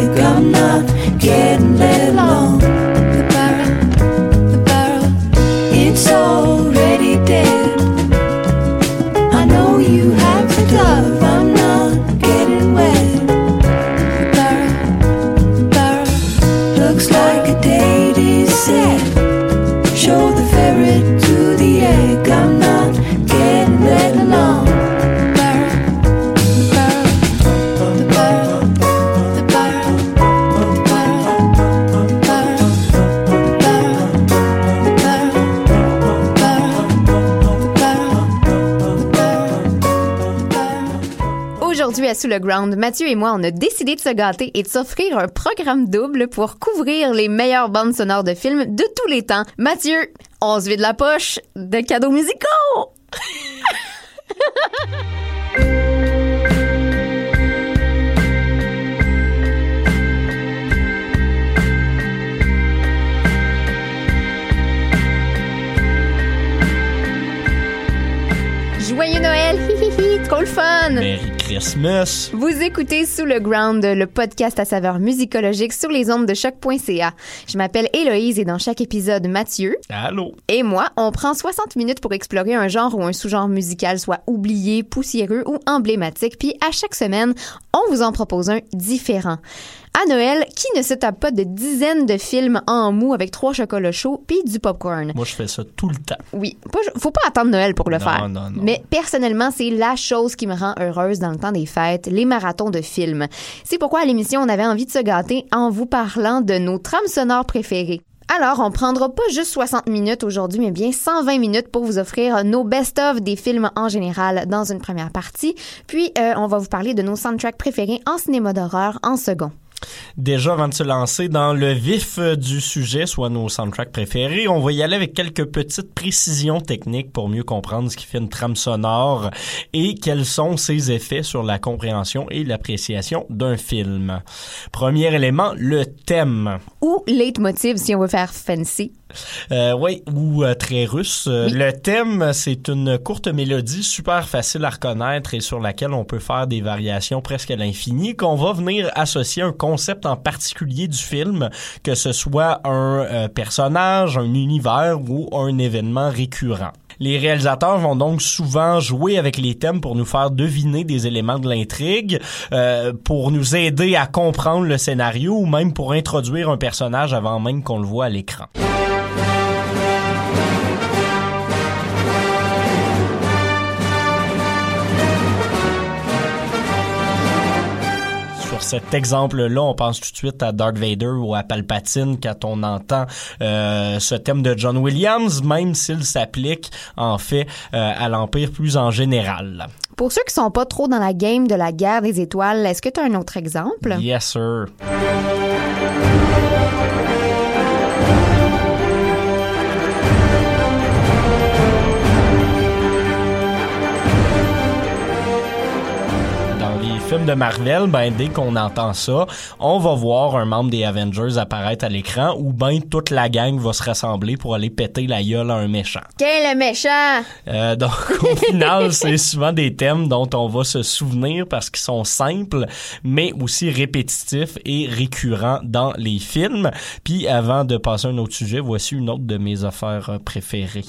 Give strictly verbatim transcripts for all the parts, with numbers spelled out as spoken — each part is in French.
egg. I'm not getting let alone. The barrel, the barrel, it's already dead. I know you have the glove. I'm not getting wet. The barrel, the barrel, looks like a date is set. Show the ferret to the egg. I'm not getting let alone. Aujourd'hui à Sous le Ground, Mathieu et moi, on a décidé de se gâter et de s'offrir un programme double pour couvrir les meilleures bandes sonores de films de tous les temps. Mathieu, on se vide la poche de cadeaux musicaux! Joyeux Noël, hihihi, trop le fun! Merry Christmas! Vous écoutez Sous le Ground, le podcast à saveur musicologique sur les ondes de choc point c a. Je m'appelle Héloïse et dans chaque épisode, Mathieu Allô. et moi, on prend soixante minutes pour explorer un genre ou un sous-genre musical, soit oublié, poussiéreux ou emblématique, puis à chaque semaine, on vous en propose un différent. À Noël, qui ne se tape pas de dizaines de films en mou avec trois chocolats chauds puis du popcorn? Moi, je fais ça tout le temps. Oui, pas, faut pas attendre Noël pour le non, faire. Non, non. Mais personnellement, c'est la chose qui me rend heureuse dans le temps des fêtes, les marathons de films. C'est pourquoi à l'émission, on avait envie de se gâter en vous parlant de nos trames sonores préférées. Alors, on prendra pas juste soixante minutes aujourd'hui, mais bien cent vingt minutes pour vous offrir nos best-of des films en général dans une première partie. Puis, euh, on va vous parler de nos soundtracks préférés en cinéma d'horreur en second. Déjà, avant de se lancer dans le vif du sujet, soit nos soundtracks préférés, on va y aller avec quelques petites précisions techniques pour mieux comprendre ce qui fait une trame sonore et quels sont ses effets sur la compréhension et l'appréciation d'un film. Premier élément, le thème. Ou leitmotiv, si on veut faire fancy. Euh, oui, ou euh, très russe. Euh, oui. Le thème, c'est une courte mélodie super facile à reconnaître et sur laquelle on peut faire des variations presque à l'infini, qu'on va venir associer un concept en particulier du film, que ce soit un euh, personnage, un univers ou un événement récurrent. Les réalisateurs vont donc souvent jouer avec les thèmes pour nous faire deviner des éléments de l'intrigue, euh, pour nous aider à comprendre le scénario ou même pour introduire un personnage avant même qu'on le voit à l'écran. Cet exemple-là, on pense tout de suite à Darth Vader ou à Palpatine quand on entend euh, ce thème de John Williams, même s'il s'applique en fait euh, à l'Empire plus en général. Pour ceux qui sont pas trop dans la game de la guerre des étoiles, est-ce que tu as un autre exemple? Yes, sir. Film de Marvel, ben dès qu'on entend ça, on va voir un membre des Avengers apparaître à l'écran ou ben toute la gang va se rassembler pour aller péter la gueule à un méchant. Quel méchant! Euh, donc au final, c'est souvent des thèmes dont on va se souvenir parce qu'ils sont simples, mais aussi répétitifs et récurrents dans les films. Puis avant de passer à un autre sujet, voici une autre de mes affaires préférées.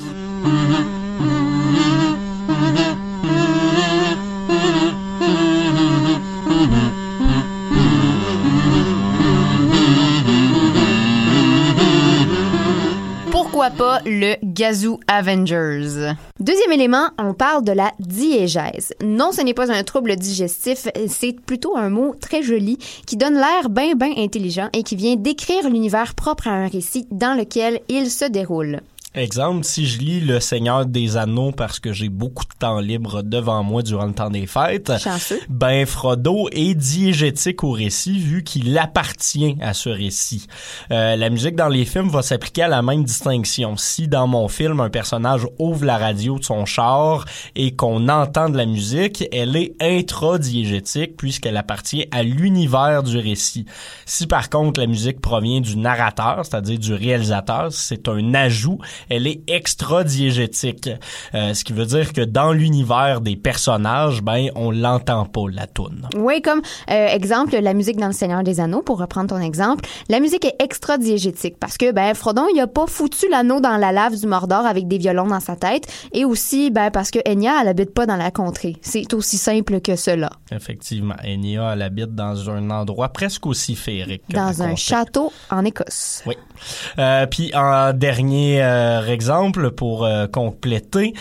Pourquoi pas le Gazoo Avengers? Deuxième élément, on parle de la diégèse. Non, ce n'est pas un trouble digestif, c'est plutôt un mot très joli qui donne l'air bien, bien intelligent et qui vient décrire l'univers propre à un récit dans lequel il se déroule. Exemple, si je lis Le Seigneur des Anneaux parce que j'ai beaucoup de temps libre devant moi durant le temps des fêtes, chanceux, ben Frodo est diégétique au récit vu qu'il appartient à ce récit. Euh, la musique dans les films va s'appliquer à la même distinction. Si dans mon film, un personnage ouvre la radio de son char et qu'on entend de la musique, elle est intradiégétique puisqu'elle appartient à l'univers du récit. Si par contre la musique provient du narrateur, c'est-à-dire du réalisateur, c'est un ajout, elle est extra-diégétique. Euh, ce qui veut dire que dans l'univers des personnages, ben, on l'entend pas, la toune. Oui, comme euh, exemple, la musique dans Le Seigneur des Anneaux, pour reprendre ton exemple, la musique est extra-diégétique parce que, ben, Frodon, il a pas foutu l'anneau dans la lave du Mordor avec des violons dans sa tête, et aussi, ben, parce que Enya, elle habite pas dans la contrée. C'est aussi simple que cela. Effectivement, Enya, elle habite dans un endroit presque aussi féerique. Dans un château en Écosse. Oui. Euh, puis en dernier euh, exemple, pour euh, compléter,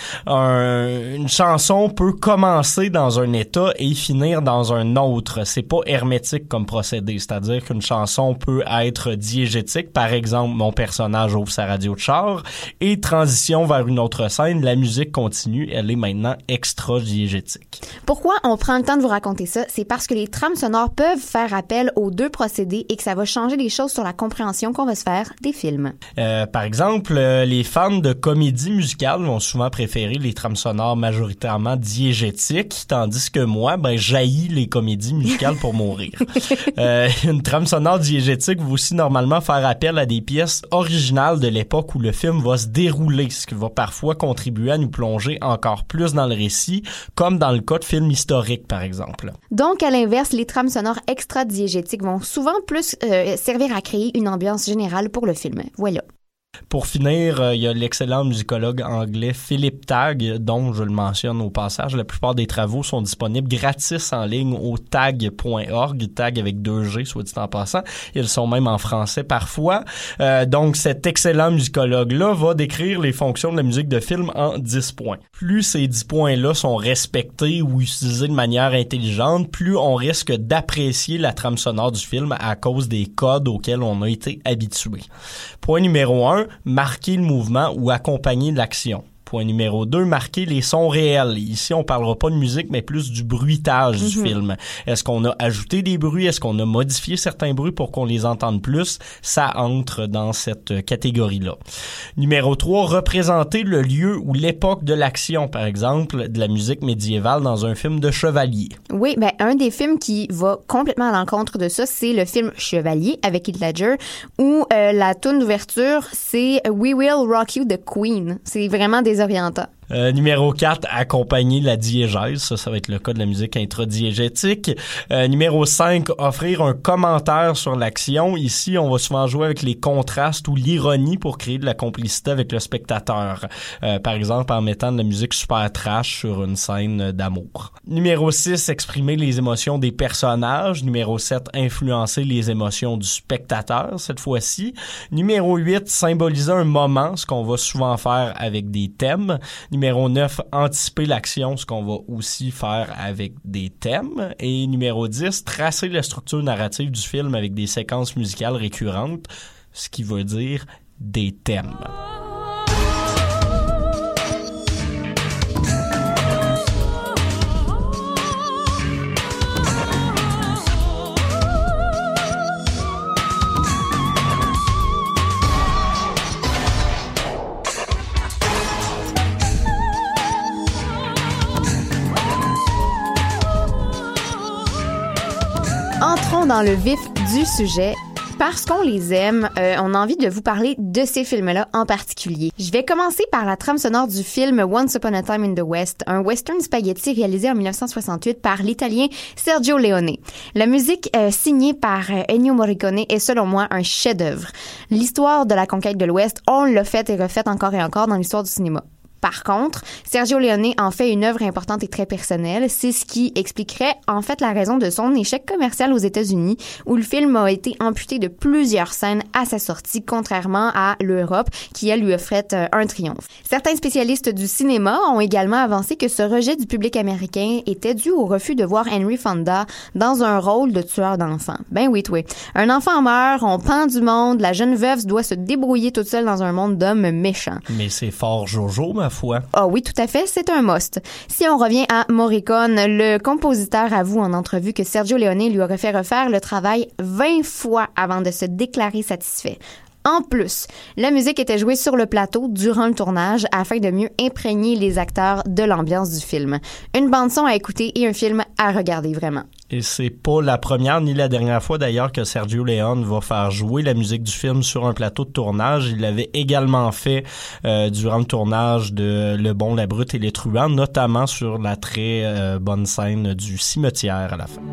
un, une chanson peut commencer dans un état et finir dans un autre. C'est pas hermétique comme procédé, c'est-à-dire qu'une chanson peut être diégétique. Par exemple, mon personnage ouvre sa radio de char et transition vers une autre scène, la musique continue, elle est maintenant extra-diégétique. Pourquoi on prend le temps de vous raconter ça? C'est parce que les trames sonores peuvent faire appel aux deux procédés et que ça va changer les choses sur la compréhension qu'on va se faire des films. Euh, par exemple, euh, les fans de comédie musicale vont souvent préférer les trames sonores majoritairement diégétiques, tandis que moi, ben, j'haïs les comédies musicales pour mourir. Euh, une trame sonore diégétique va aussi normalement faire appel à des pièces originales de l'époque où le film va se dérouler, ce qui va parfois contribuer à nous plonger encore plus dans le récit, comme dans le cas de films historiques, par exemple. Donc, à l'inverse, les trames sonores extra-diégétiques vont souvent plus euh, servir à créer une ambiance générale pour le film. Voilà. Pour finir, euh, il y a l'excellent musicologue anglais Philip Tagg, dont je le mentionne au passage. La plupart des travaux sont disponibles gratis en ligne au tag point org, tag avec deux G, soit dit en passant. Ils sont même en français parfois. Euh, donc, cet excellent musicologue-là va décrire les fonctions de la musique de film en dix points. Plus ces dix points-là sont respectés ou utilisés de manière intelligente, plus on risque d'apprécier la trame sonore du film à cause des codes auxquels on a été habitué. Point numéro un, marquer le mouvement ou accompagner l'action. Point numéro deux, marquer les sons réels. Ici, on parlera pas de musique, mais plus du bruitage mm-hmm. du film. Est-ce qu'on a ajouté des bruits? Est-ce qu'on a modifié certains bruits pour qu'on les entende plus? Ça entre dans cette catégorie-là. Numéro trois, représenter le lieu ou l'époque de l'action. Par exemple, de la musique médiévale dans un film de chevalier. Oui, ben un des films qui va complètement à l'encontre de ça, c'est le film Chevalier avec Heath Ledger, où euh, la tune d'ouverture, c'est We Will Rock You de Queen. C'est vraiment des orientant. Euh, numéro quatre, accompagner la diégèse. Ça, ça va être le cas de la musique intradiégétique. Euh, numéro cinq, offrir un commentaire sur l'action. Ici, on va souvent jouer avec les contrastes ou l'ironie pour créer de la complicité avec le spectateur. Euh, par exemple, en mettant de la musique super trash sur une scène d'amour. Numéro six, exprimer les émotions des personnages. Numéro sept, influencer les émotions du spectateur, cette fois-ci. Numéro huit, symboliser un moment, ce qu'on va souvent faire avec des thèmes. Numéro neuf, anticiper l'action, ce qu'on va aussi faire avec des thèmes. Et numéro dix, tracer la structure narrative du film avec des séquences musicales récurrentes, ce qui veut dire des thèmes. Entrons dans le vif du sujet. Parce qu'on les aime, euh, on a envie de vous parler de ces films-là en particulier. Je vais commencer par la trame sonore du film Once Upon a Time in the West, un western spaghetti réalisé en dix-neuf cent soixante-huit par l'Italien Sergio Leone. La musique euh, signée par euh, Ennio Morricone est selon moi un chef-d'œuvre. L'histoire de la conquête de l'Ouest, on l'a faite et refaite encore et encore dans l'histoire du cinéma. Par contre, Sergio Leone en fait une œuvre importante et très personnelle. C'est ce qui expliquerait en fait la raison de son échec commercial aux États-Unis, où le film a été amputé de plusieurs scènes à sa sortie, contrairement à l'Europe, qui elle lui offrait un triomphe. Certains spécialistes du cinéma ont également avancé que ce rejet du public américain était dû au refus de voir Henry Fonda dans un rôle de tueur d'enfants. Ben oui, oui. Un enfant meurt, on pend du monde, la jeune veuve doit se débrouiller toute seule dans un monde d'hommes méchants. Mais c'est fort Jojo, ma foi. Ah oui, tout à fait, c'est un must. Si on revient à Morricone, le compositeur avoue en entrevue que Sergio Leone lui aurait fait refaire le travail vingt fois avant de se déclarer satisfait. En plus, la musique était jouée sur le plateau durant le tournage afin de mieux imprégner les acteurs de l'ambiance du film. Une bande-son à écouter et un film à regarder vraiment. Et c'est pas la première ni la dernière fois d'ailleurs que Sergio Leone va faire jouer la musique du film sur un plateau de tournage. Il l'avait également fait euh, durant le tournage de Le Bon, la Brute et les Truands, notamment sur la très euh, bonne scène du cimetière à la fin.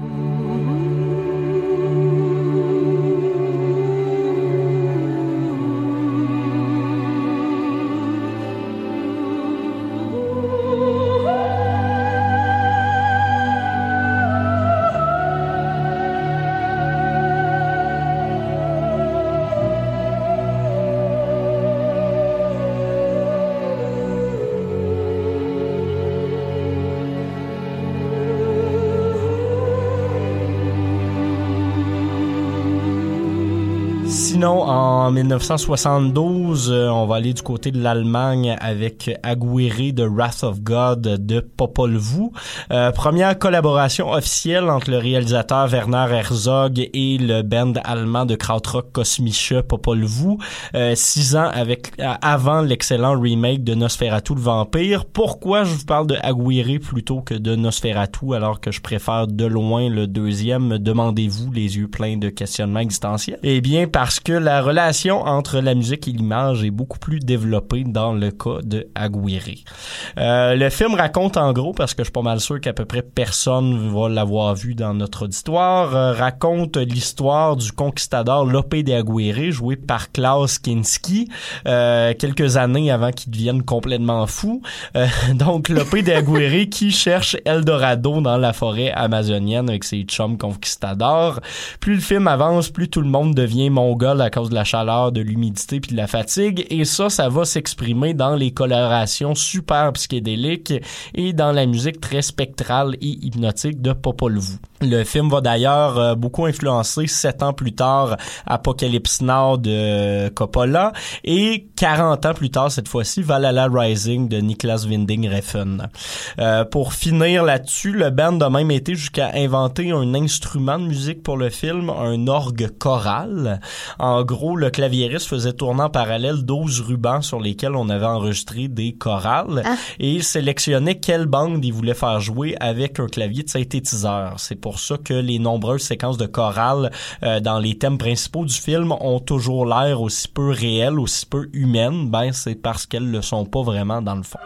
Sinon, en dix-neuf cent soixante-douze, euh, on va aller du côté de l'Allemagne avec Aguirre de Wrath of God de Popol Vuh. Euh, première collaboration officielle entre le réalisateur Werner Herzog et le band allemand de krautrock Kosmische Popol Vuh, euh, six ans avec, euh, avant l'excellent remake de Nosferatu le vampire. Pourquoi je vous parle de Aguirre plutôt que de Nosferatu alors que je préfère de loin le deuxième? Me demandez-vous, les yeux pleins de questionnements existentiels? Eh bien, parce que la relation entre la musique et l'image est beaucoup plus développée dans le cas de Aguirre. Euh, le film raconte en gros, parce que je suis pas mal sûr qu'à peu près personne va l'avoir vu dans notre auditoire, euh, raconte l'histoire du conquistador Lope de Aguirre, joué par Klaus Kinski, euh, quelques années avant qu'il devienne complètement fou. Euh, donc Lope de Aguirre qui cherche Eldorado dans la forêt amazonienne avec ses chums conquistadors. Plus le film avance, plus tout le monde devient mongol à cause de la chaleur, de l'humidité puis de la fatigue. Et ça, ça va s'exprimer dans les colorations super psychédéliques et dans la musique très spectrale et hypnotique de Popol Vuh. Le film va d'ailleurs euh, beaucoup influencer sept ans plus tard Apocalypse Now de Coppola et quarante ans plus tard, cette fois-ci, Valhalla Rising de Niklas Winding Refn. Euh, pour finir là-dessus, le band a même été jusqu'à inventer un instrument de musique pour le film, un orgue choral. En gros, le claviériste faisait tourner en parallèle douze rubans sur lesquels on avait enregistré des chorales ah. et sélectionnait quelle bande il voulait faire jouer avec un clavier de synthétiseur. C'est pour ça que les nombreuses séquences de chorales euh, dans les thèmes principaux du film ont toujours l'air aussi peu réelles, aussi peu humaines. Ben, c'est parce qu'elles le sont pas vraiment dans le fond.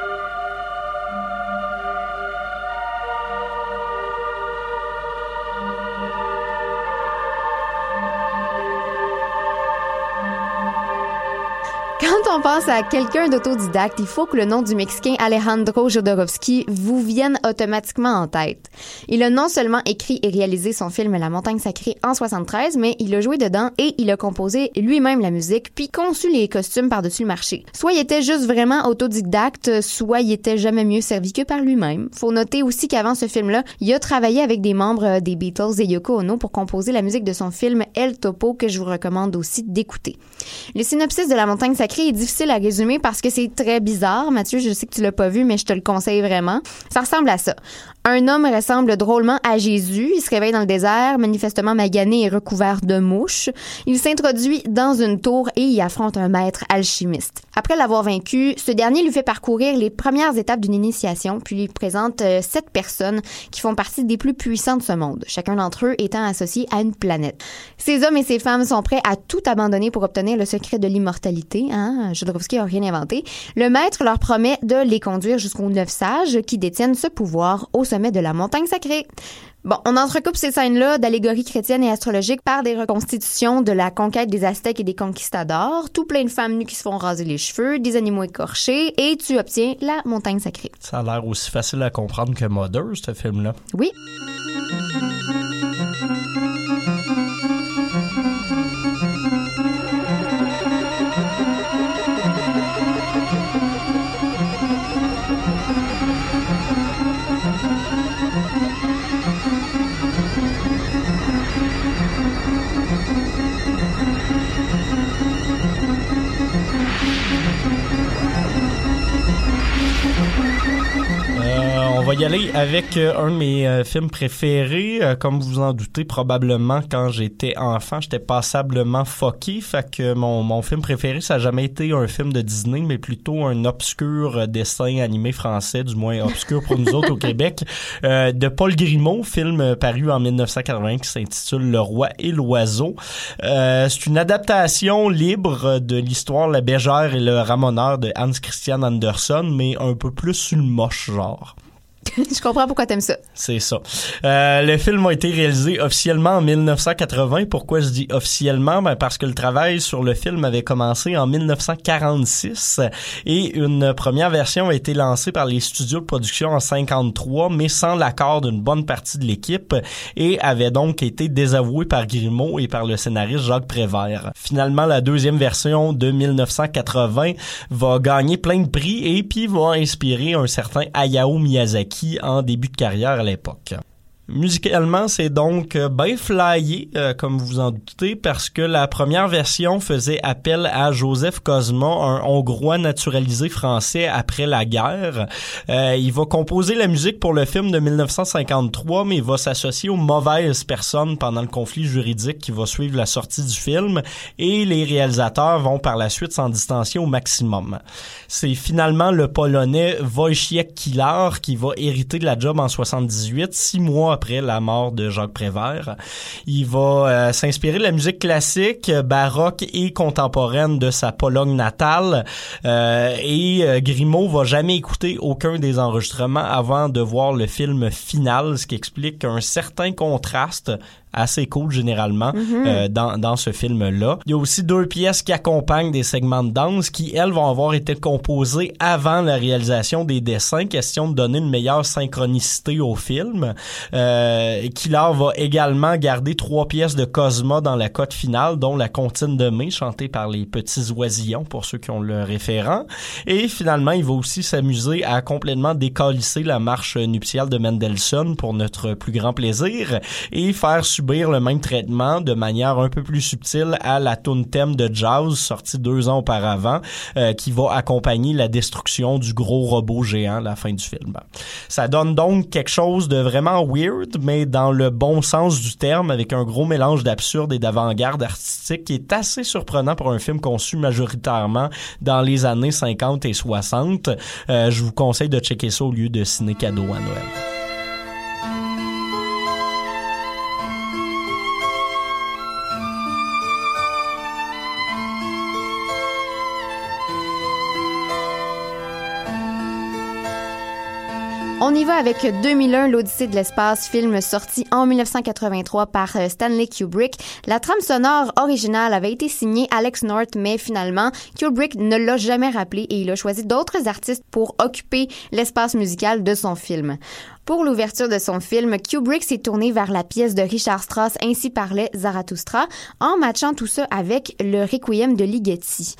Quand on pense à quelqu'un d'autodidacte, il faut que le nom du Mexicain Alejandro Jodorowsky vous vienne automatiquement en tête. Il a non seulement écrit et réalisé son film La Montagne Sacrée en soixante-treize, mais il a joué dedans et il a composé lui-même la musique, puis conçu les costumes par-dessus le marché. Soit il était juste vraiment autodidacte, soit il était jamais mieux servi que par lui-même. Faut noter aussi qu'avant ce film-là, il a travaillé avec des membres des Beatles et Yoko Ono pour composer la musique de son film El Topo, que je vous recommande aussi d'écouter. Le synopsis de La Montagne Sacrée est difficile à résumer parce que c'est très bizarre. Mathieu, je sais que tu l'as pas vu, mais je te le conseille vraiment. Ça ressemble à ça. Un homme ressemble drôlement à Jésus. Il se réveille dans le désert, manifestement magané et recouvert de mouches. Il s'introduit dans une tour et y affronte un maître alchimiste. Après l'avoir vaincu, ce dernier lui fait parcourir les premières étapes d'une initiation, puis lui présente euh, sept personnes qui font partie des plus puissants de ce monde, chacun d'entre eux étant associé à une planète. Ces hommes et ces femmes sont prêts à tout abandonner pour obtenir le secret de l'immortalité. Hein? Jodorowsky n'a rien inventé. Le maître leur promet de les conduire jusqu'aux neuf sages qui détiennent ce pouvoir au sommet de la montagne sacrée. Bon, on entrecoupe ces scènes-là d'allégories chrétiennes et astrologiques par des reconstitutions de la conquête des Aztèques et des conquistadors, tout plein de femmes nues qui se font raser les cheveux, des animaux écorchés, et tu obtiens la montagne sacrée. Ça a l'air aussi facile à comprendre que Mother, ce film-là. Oui. va y aller avec euh, un de mes euh, films préférés. Euh, comme vous en doutez, probablement quand j'étais enfant, j'étais passablement fucké. Fait que mon, mon film préféré, ça n'a jamais été un film de Disney, mais plutôt un obscur euh, dessin animé français, du moins obscur pour nous autres au Québec, euh, de Paul Grimaud, film euh, paru en dix-neuf cent quatre-vingts qui s'intitule Le Roi et l'Oiseau. Euh, c'est une adaptation libre de l'histoire La Bégère et le Ramoneur de Hans Christian Andersen, mais un peu plus sur le moche genre. Je comprends pourquoi t'aimes ça. C'est ça. Euh, le film a été réalisé officiellement en dix-neuf cent quatre-vingts. Pourquoi je dis officiellement? Ben parce que le travail sur le film avait commencé en dix-neuf cent quarante-six et une première version a été lancée par les studios de production en cinquante-trois, mais sans l'accord d'une bonne partie de l'équipe et avait donc été désavouée par Grimaud et par le scénariste Jacques Prévert. Finalement, la deuxième version de dix-neuf cent quatre-vingts va gagner plein de prix et puis va inspirer un certain Hayao Miyazaki en début de carrière à l'époque. Musicalement, c'est donc bien flyé, euh, comme vous en doutez, parce que la première version faisait appel à Joseph Cosma, un Hongrois naturalisé français après la guerre. Euh, il va composer la musique pour le film de dix-neuf cent cinquante-trois, mais il va s'associer aux mauvaises personnes pendant le conflit juridique qui va suivre la sortie du film, et les réalisateurs vont par la suite s'en distancier au maximum. C'est finalement le Polonais Wojciech Kilar qui va hériter de la job en soixante-dix-huit, six mois après la mort de Jacques Prévert. Il va euh, s'inspirer de la musique classique, baroque et contemporaine de sa Pologne natale. Euh, et euh, Grimaud va jamais écouter aucun des enregistrements avant de voir le film final, ce qui explique un certain contraste assez cool généralement mm-hmm. euh, dans dans ce film-là. Il y a aussi deux pièces qui accompagnent des segments de danse qui, elles, vont avoir été composées avant la réalisation des dessins, question de donner une meilleure synchronicité au film. Euh, Kilar va également garder trois pièces de Cosma dans la cote finale, dont la Comptine de mai, chantée par les Petits Oisillons, pour ceux qui ont le référent. Et finalement, il va aussi s'amuser à complètement décalisser la marche nuptiale de Mendelssohn pour notre plus grand plaisir et faire subir le même traitement de manière un peu plus subtile à la tune thème de Jaws sortie deux ans auparavant euh, qui va accompagner la destruction du gros robot géant à la fin du film. Ça donne donc quelque chose de vraiment weird, mais dans le bon sens du terme, avec un gros mélange d'absurde et d'avant-garde artistique qui est assez surprenant pour un film conçu majoritairement dans les années cinquante et soixante. Euh, je vous conseille de checker ça au lieu de ciné cadeau à Noël. On y va avec deux mille un, l'Odyssée de l'espace, film sorti en dix-neuf cent quatre-vingt-trois par Stanley Kubrick. La trame sonore originale avait été signée Alex North, mais finalement, Kubrick ne l'a jamais rappelé et il a choisi d'autres artistes pour occuper l'espace musical de son film. Pour l'ouverture de son film, Kubrick s'est tourné vers la pièce de Richard Strauss Ainsi parlait Zarathustra, en matchant tout ça avec le Requiem de Ligeti.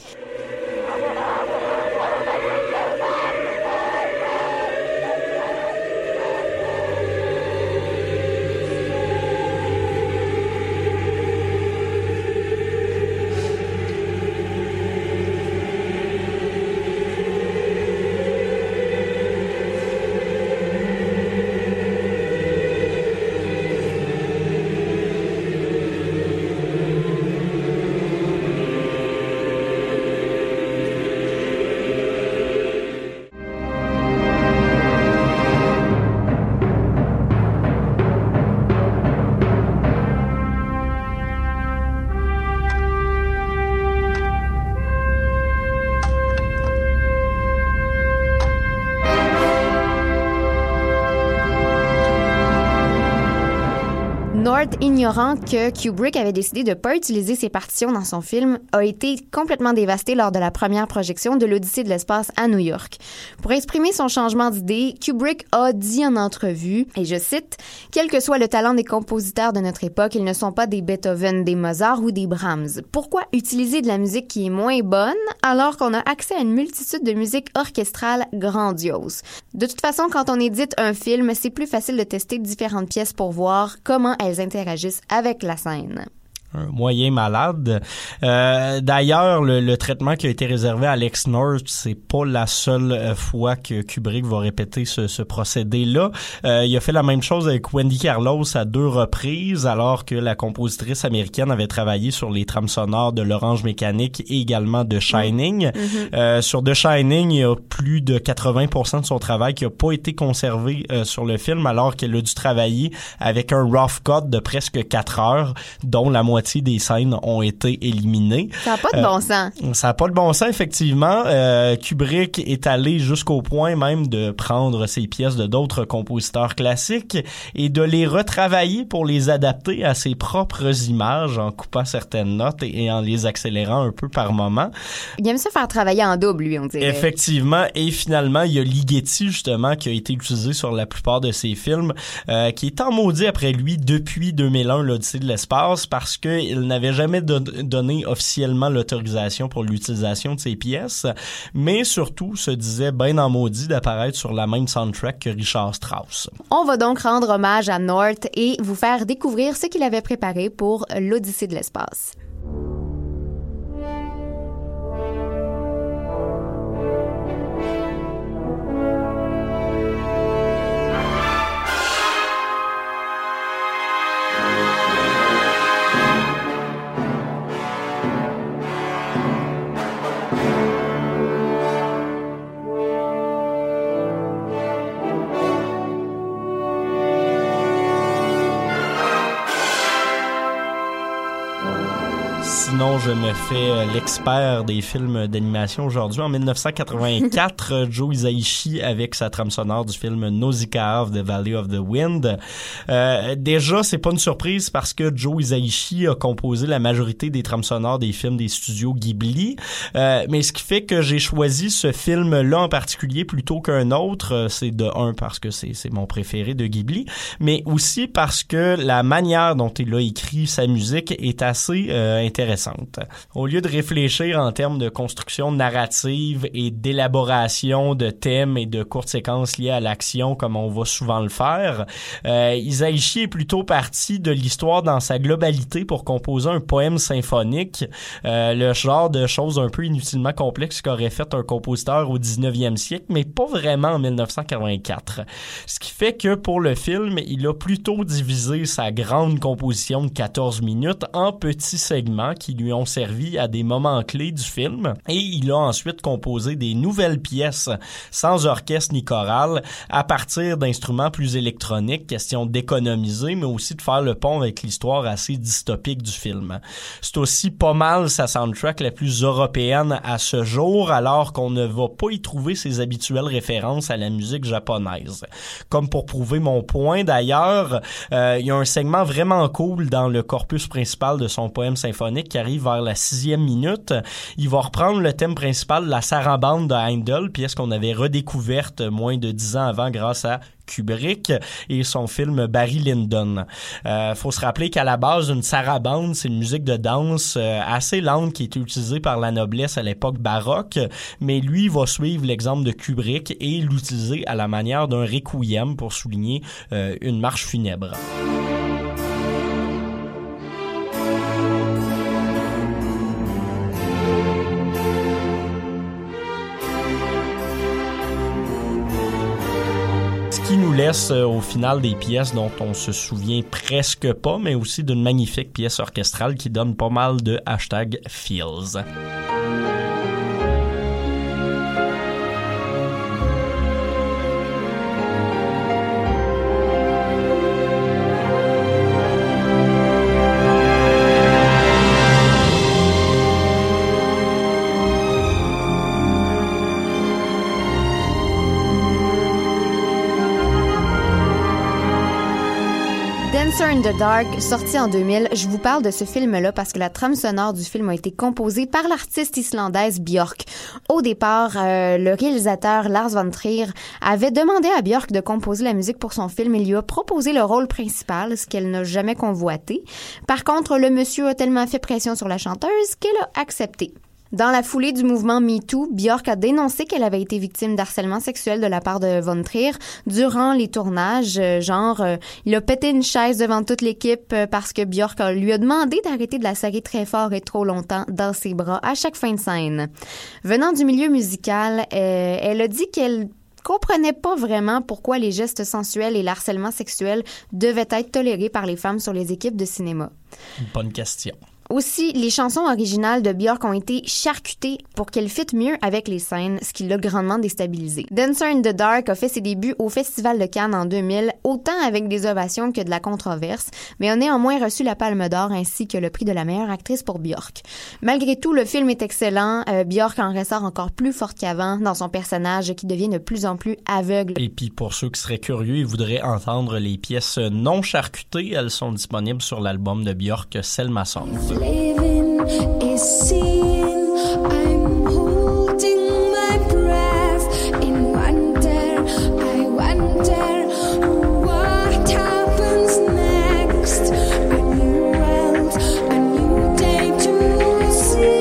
North, ignorant que Kubrick avait décidé de ne pas utiliser ses partitions dans son film, a été complètement dévasté lors de la première projection de l'Odyssée de l'espace à New York. Pour exprimer son changement d'idée, Kubrick a dit en entrevue, et je cite, « Quel que soit le talent des compositeurs de notre époque, ils ne sont pas des Beethoven, des Mozart ou des Brahms. Pourquoi utiliser de la musique qui est moins bonne alors qu'on a accès à une multitude de musiques orchestrales grandioses? De toute façon, quand on édite un film, c'est plus facile de tester différentes pièces pour voir comment elles interagissent avec la scène. » un moyen malade. Euh, d'ailleurs, le, le traitement qui a été réservé à Alex North, c'est pas la seule fois que Kubrick va répéter ce, ce procédé-là. Euh, il a fait la même chose avec Wendy Carlos à deux reprises, alors que la compositrice américaine avait travaillé sur les trames sonores de l'Orange Mécanique et également de Shining. Mm-hmm. Euh, sur The Shining, il y a plus de quatre-vingts pour cent de son travail qui a pas été conservé euh, sur le film, alors qu'elle a dû travailler avec un rough cut de presque quatre heures, dont la moitié des scènes ont été éliminées. Ça n'a pas de bon sens. Euh, ça n'a pas de bon sens, effectivement. Euh, Kubrick est allé jusqu'au point même de prendre ces pièces de d'autres compositeurs classiques et de les retravailler pour les adapter à ses propres images en coupant certaines notes et, et en les accélérant un peu par moment. Il aime ça faire travailler en double, lui, on dirait. Effectivement. Et finalement, il y a Ligeti, justement, qui a été utilisé sur la plupart de ses films, euh, qui est en maudit après lui depuis deux mille un, l'Odyssée de l'espace, parce qu'il n'avait jamais don- donné officiellement l'autorisation pour l'utilisation de ses pièces, mais surtout se disait ben en maudit d'apparaître sur la même soundtrack que Richard Strauss. On va donc rendre hommage à North et vous faire découvrir ce qu'il avait préparé pour l'Odyssée de l'espace. Sinon, je me fais l'expert des films d'animation aujourd'hui. En dix-neuf cent quatre-vingt-quatre, Joe Hisaishi avec sa trame sonore du film Nausicaa of the Valley of the Wind. Euh, déjà, c'est pas une surprise parce que Joe Hisaishi a composé la majorité des trames sonores des films des studios Ghibli. Euh, mais ce qui fait que j'ai choisi ce film-là en particulier plutôt qu'un autre, c'est de un parce que c'est, c'est mon préféré de Ghibli, mais aussi parce que la manière dont il a écrit sa musique est assez euh, intéressante. Au lieu de réfléchir en termes de construction narrative et d'élaboration de thèmes et de courtes séquences liées à l'action comme on va souvent le faire, euh, Hisaishi est plutôt parti de l'histoire dans sa globalité pour composer un poème symphonique, euh, le genre de choses un peu inutilement complexes qu'aurait fait un compositeur au dix-neuvième siècle, mais pas vraiment en dix-neuf cent quatre-vingt-quatre. Ce qui fait que pour le film, il a plutôt divisé sa grande composition de quatorze minutes en petits segments qui lui ont servi à des moments clés du film, et il a ensuite composé des nouvelles pièces sans orchestre ni chorale à partir d'instruments plus électroniques, question d'économiser mais aussi de faire le pont avec l'histoire assez dystopique du film. C'est aussi pas mal sa soundtrack la plus européenne à ce jour, alors qu'on ne va pas y trouver ses habituelles références à la musique japonaise. Comme pour prouver mon point d'ailleurs, euh, il y a un segment vraiment cool dans le corpus principal de son poème symphonique qui arrive vers la sixième minute. Il va reprendre le thème principal de la sarabande de Handel, pièce qu'on avait redécouverte moins de dix ans avant grâce à Kubrick et son film Barry Lyndon. Euh, faut se rappeler qu'à la base, une sarabande, c'est une musique de danse euh, assez lente qui était utilisée par la noblesse à l'époque baroque, mais lui va suivre l'exemple de Kubrick et l'utiliser à la manière d'un requiem pour souligner euh, une marche funèbre. Qui nous laisse euh, au final des pièces dont on se souvient presque pas, mais aussi d'une magnifique pièce orchestrale qui donne pas mal de hashtag feels. Dancer in the Dark, sorti en deux mille, je vous parle de ce film-là parce que la trame sonore du film a été composée par l'artiste islandaise Björk. Au départ, euh, le réalisateur Lars von Trier avait demandé à Björk de composer la musique pour son film et lui a proposé le rôle principal, ce qu'elle n'a jamais convoité. Par contre, le monsieur a tellement fait pression sur la chanteuse qu'elle a accepté. Dans la foulée du mouvement MeToo, Björk a dénoncé qu'elle avait été victime d'harcèlement sexuel de la part de Von Trier durant les tournages. Euh, genre, euh, il a pété une chaise devant toute l'équipe euh, parce que Björk a, lui a demandé d'arrêter de la serrer très fort et trop longtemps dans ses bras à chaque fin de scène. Venant du milieu musical, euh, elle a dit qu'elle comprenait pas vraiment pourquoi les gestes sensuels et l'harcèlement sexuel devaient être tolérés par les femmes sur les équipes de cinéma. Bonne question. Aussi, les chansons originales de Björk ont été charcutées pour qu'elles fitent mieux avec les scènes, ce qui l'a grandement déstabilisée. Dancer in the Dark a fait ses débuts au Festival de Cannes en deux mille, autant avec des ovations que de la controverse, mais a néanmoins reçu la Palme d'Or ainsi que le prix de la meilleure actrice pour Björk. Malgré tout, le film est excellent. Euh, Björk en ressort encore plus forte qu'avant dans son personnage qui devient de plus en plus aveugle. Et puis pour ceux qui seraient curieux et voudraient entendre les pièces non charcutées, elles sont disponibles sur l'album de Björk, Selma Song. Living is seeing. I'm holding my breath in wonder. I wonder what happens next. A new world, a new day to see.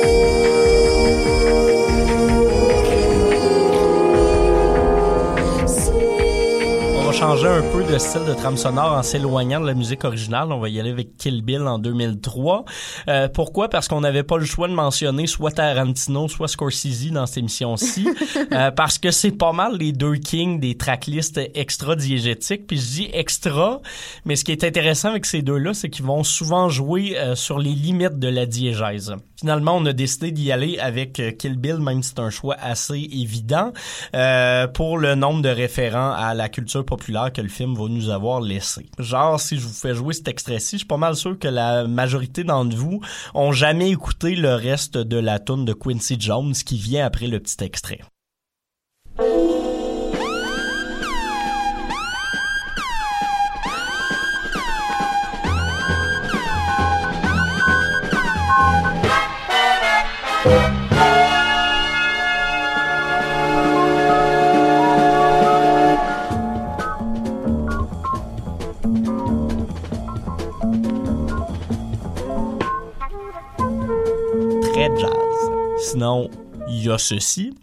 On va changer un peu de style de trame sonore en s'éloignant de la musique originale. On va y aller avec Kill Bill en deux mille trois. Euh, pourquoi? Parce qu'on n'avait pas le choix de mentionner soit Tarantino, soit Scorsese dans cette émission-ci. euh, parce que c'est pas mal les deux kings des tracklists extra-diégétiques. Puis je dis extra, mais ce qui est intéressant avec ces deux-là, c'est qu'ils vont souvent jouer euh, sur les limites de la diégèse. Finalement, on a décidé d'y aller avec Kill Bill, même si c'est un choix assez évident, euh, pour le nombre de référents à la culture populaire que le film va nous avoir laissé. Genre, si je vous fais jouer cet extrait-ci, je suis pas mal sûr que la majorité d'entre vous ont jamais écouté le reste de la toune de Quincy Jones qui vient après le petit extrait. Très jazz. Sinon, il y a ceci.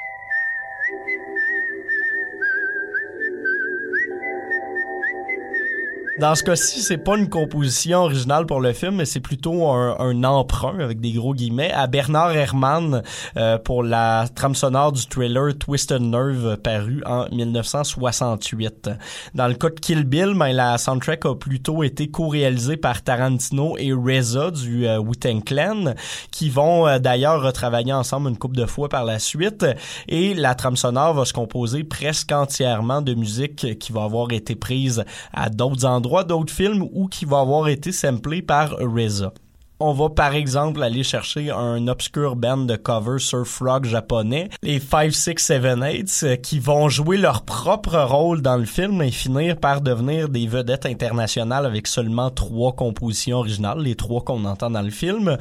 Dans ce cas-ci, c'est pas une composition originale pour le film, mais c'est plutôt un, un emprunt, avec des gros guillemets, à Bernard Herrmann euh, pour la trame sonore du thriller Twisted Nerve paru en dix-neuf cent soixante-huit. Dans le cas de Kill Bill, ben, la soundtrack a plutôt été co-réalisée par Tarantino et R Z A du euh, Wu-Tang Clan, qui vont euh, d'ailleurs retravailler ensemble une couple de fois par la suite. Et la trame sonore va se composer presque entièrement de musique qui va avoir été prise à d'autres endroits, d'autres films ou qui va avoir été samplé par R Z A. On va par exemple aller chercher un obscur band de cover surf rock japonais, les five six seven eight, qui vont jouer leur propre rôle dans le film et finir par devenir des vedettes internationales avec seulement trois compositions originales, les trois qu'on entend dans le film.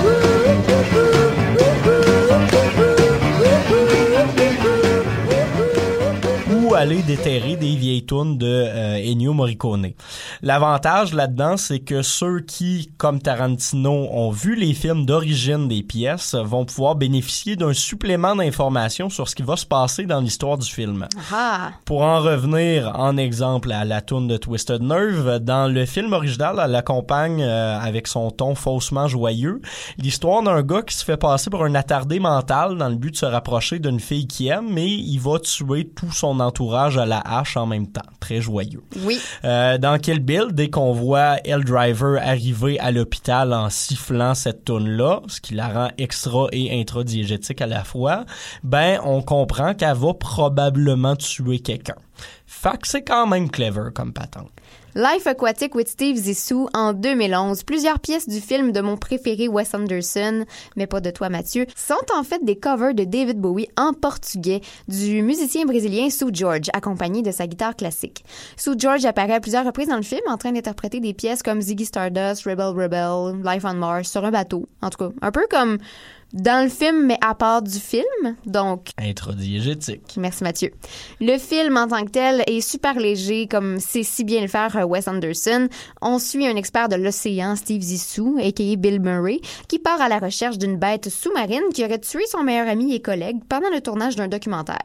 Aller déterrer des vieilles tunes de euh, Ennio Morricone. L'avantage là-dedans, c'est que ceux qui, comme Tarantino, ont vu les films d'origine des pièces vont pouvoir bénéficier d'un supplément d'informations sur ce qui va se passer dans l'histoire du film. Ah. Pour en revenir en exemple à la tune de Twisted Nerve, dans le film original, elle l'accompagne euh, avec son ton faussement joyeux. L'histoire d'un gars qui se fait passer pour un attardé mental dans le but de se rapprocher d'une fille qu'il aime, mais il va tuer tout son entourage à la hache en même temps. Très joyeux. Oui. Euh, dans Kill Bill, dès qu'on voit Elle Driver arriver à l'hôpital en sifflant cette toune-là, ce qui la rend extra et intradiégétique à la fois, ben, on comprend qu'elle va probablement tuer quelqu'un. Fait que c'est quand même clever comme patente. Life Aquatic with Steve Zissou en deux mille onze. Plusieurs pièces du film de mon préféré Wes Anderson, mais pas de toi Mathieu, sont en fait des covers de David Bowie en portugais du musicien brésilien Seu Jorge, accompagné de sa guitare classique. Seu Jorge apparaît à plusieurs reprises dans le film en train d'interpréter des pièces comme Ziggy Stardust, Rebel Rebel, Life on Mars sur un bateau. En tout cas, un peu comme dans le film, mais à part du film. Donc, intradiégétique. Merci Mathieu. Le film en tant que tel est super léger, comme sait si bien le faire Wes Anderson. On suit un expert de l'océan, Steve Zissou, aka Bill Murray, qui part à la recherche d'une bête sous-marine qui aurait tué son meilleur ami et collègue pendant le tournage d'un documentaire.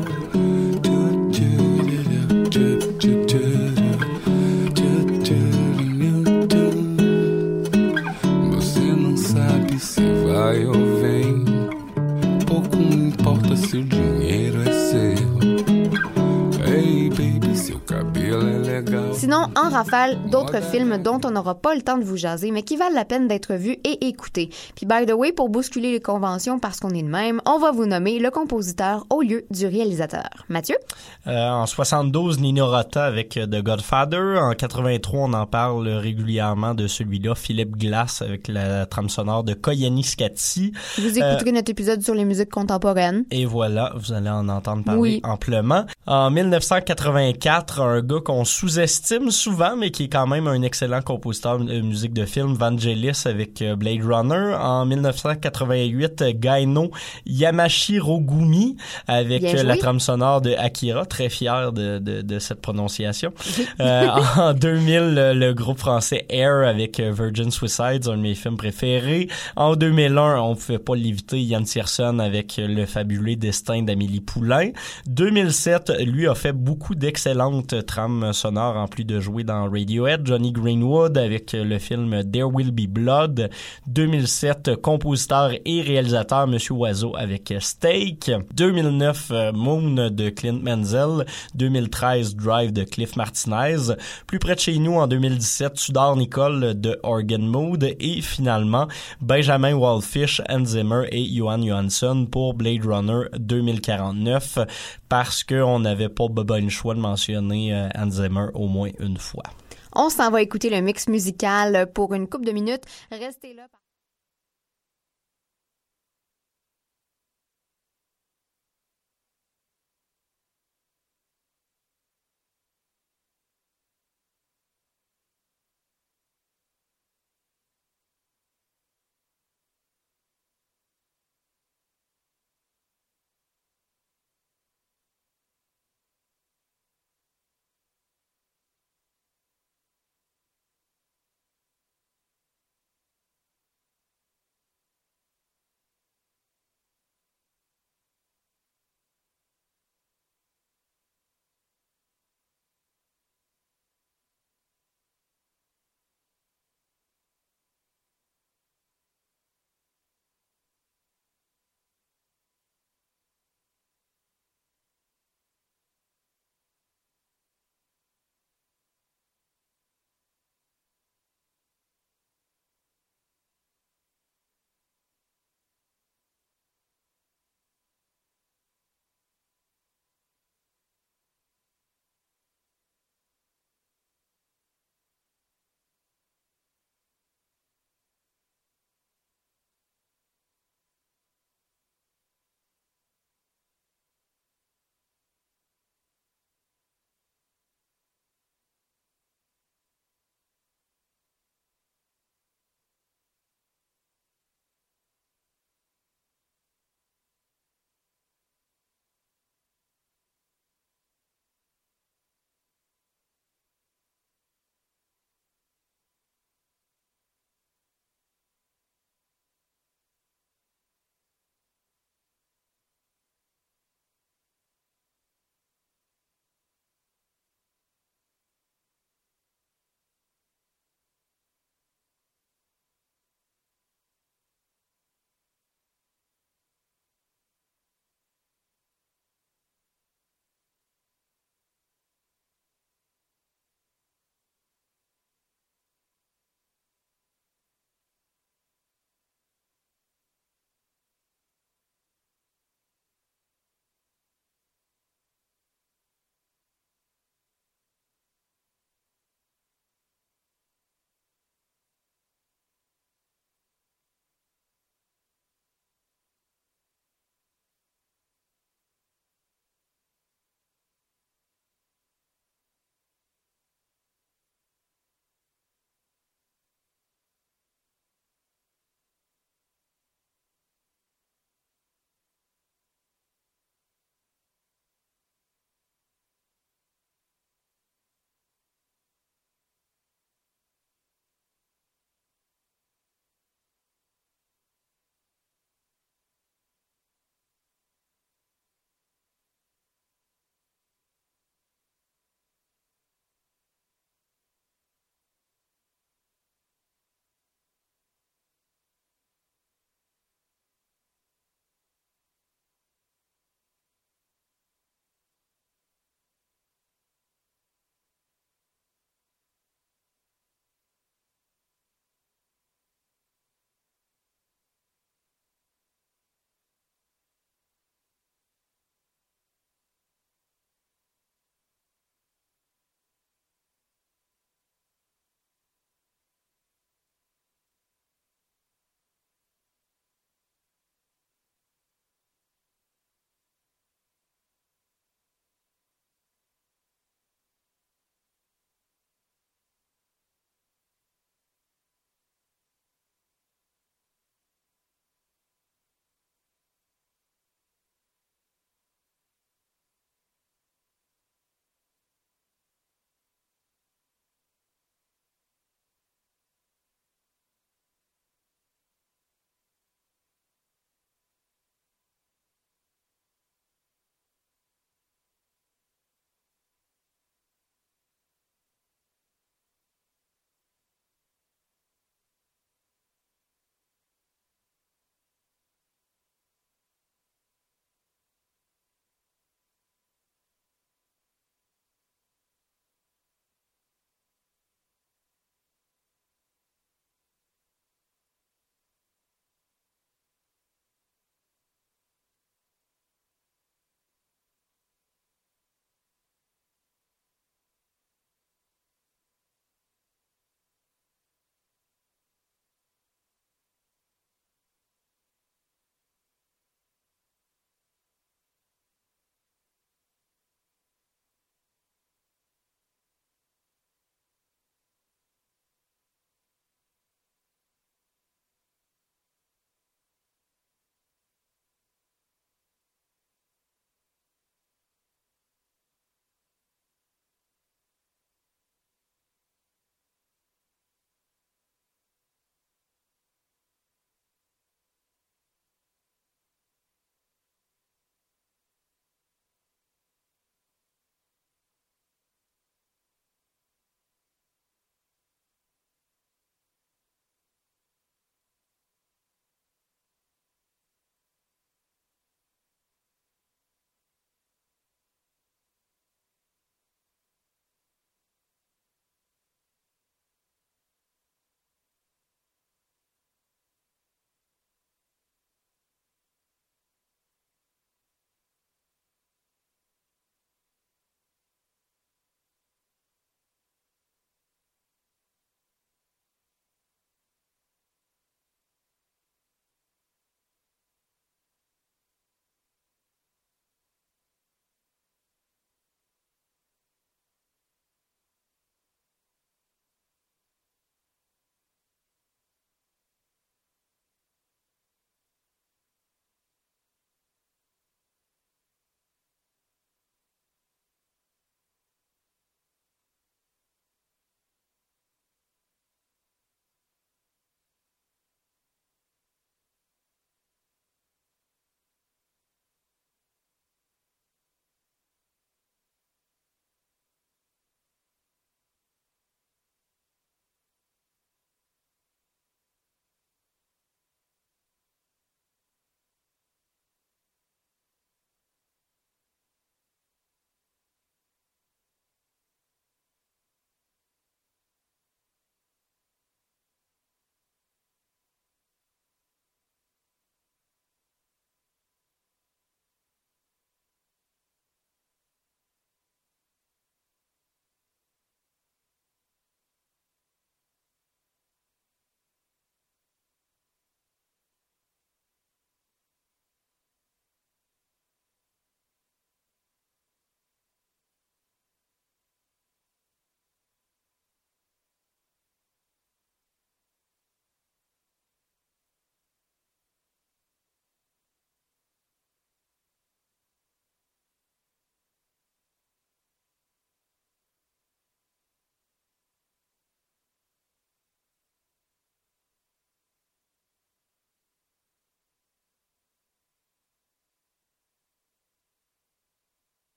Você não sabe se vai ou vem. Pouco importa se o dinheiro é seu. Hey baby, seu cabelo é legal. Sinon, en rafale, d'autres films dont on n'aura pas le temps de vous jaser, mais qui valent la peine d'être vus et écoutés. Puis by the way, pour bousculer les conventions parce qu'on est de même, on va vous nommer le compositeur au lieu du réalisateur. Mathieu? Euh, en soixante-douze, Nino Rota avec The Godfather. En quatre-vingt-trois, on en parle régulièrement de celui-là, Philip Glass avec la trame sonore de Koyaanisqatsi. Vous écouterez euh, notre épisode sur les musiques contemporaines. Et voilà, vous allez en entendre parler oui. amplement. En dix-neuf cent quatre-vingt-quatre, un gars qu'on sous-estime souvent, mais qui est quand même un excellent compositeur de musique de film, Vangelis avec Blade Runner. En dix-neuf cent quatre-vingt-huit, Gaino Yamashirogumi avec la trame sonore de Akira. Très fier de, de, de cette prononciation. euh, en deux mille, le, le groupe français Air avec Virgin Suicides, un de mes films préférés. En deux mille un, on ne pouvait pas l'éviter, Yann Tiersen avec Le fabuleux destin d'Amélie Poulain. deux mille sept, lui a fait beaucoup d'excellentes trames sonores en plus de jouer dans Radiohead. Johnny Greenwood avec le film There Will Be Blood. deux mille sept, compositeur et réalisateur Monsieur Oiseau avec Steak. deux mille neuf, Moon de Clint Menzel. deux mille treize, Drive de Cliff Martinez. Plus près de chez nous, en deux mille dix-sept, Tudor Nicole de Organ Mood. Et finalement, Benjamin Wallfish, Hans Zimmer et Johan Johansson pour Blade Runner deux mille quarante-neuf, parce qu'on n'avait pas ben, le choix de mentionner euh, Hans Zimmer au moins une fois. On s'en va écouter le mix musical pour une couple de minutes. Restez là.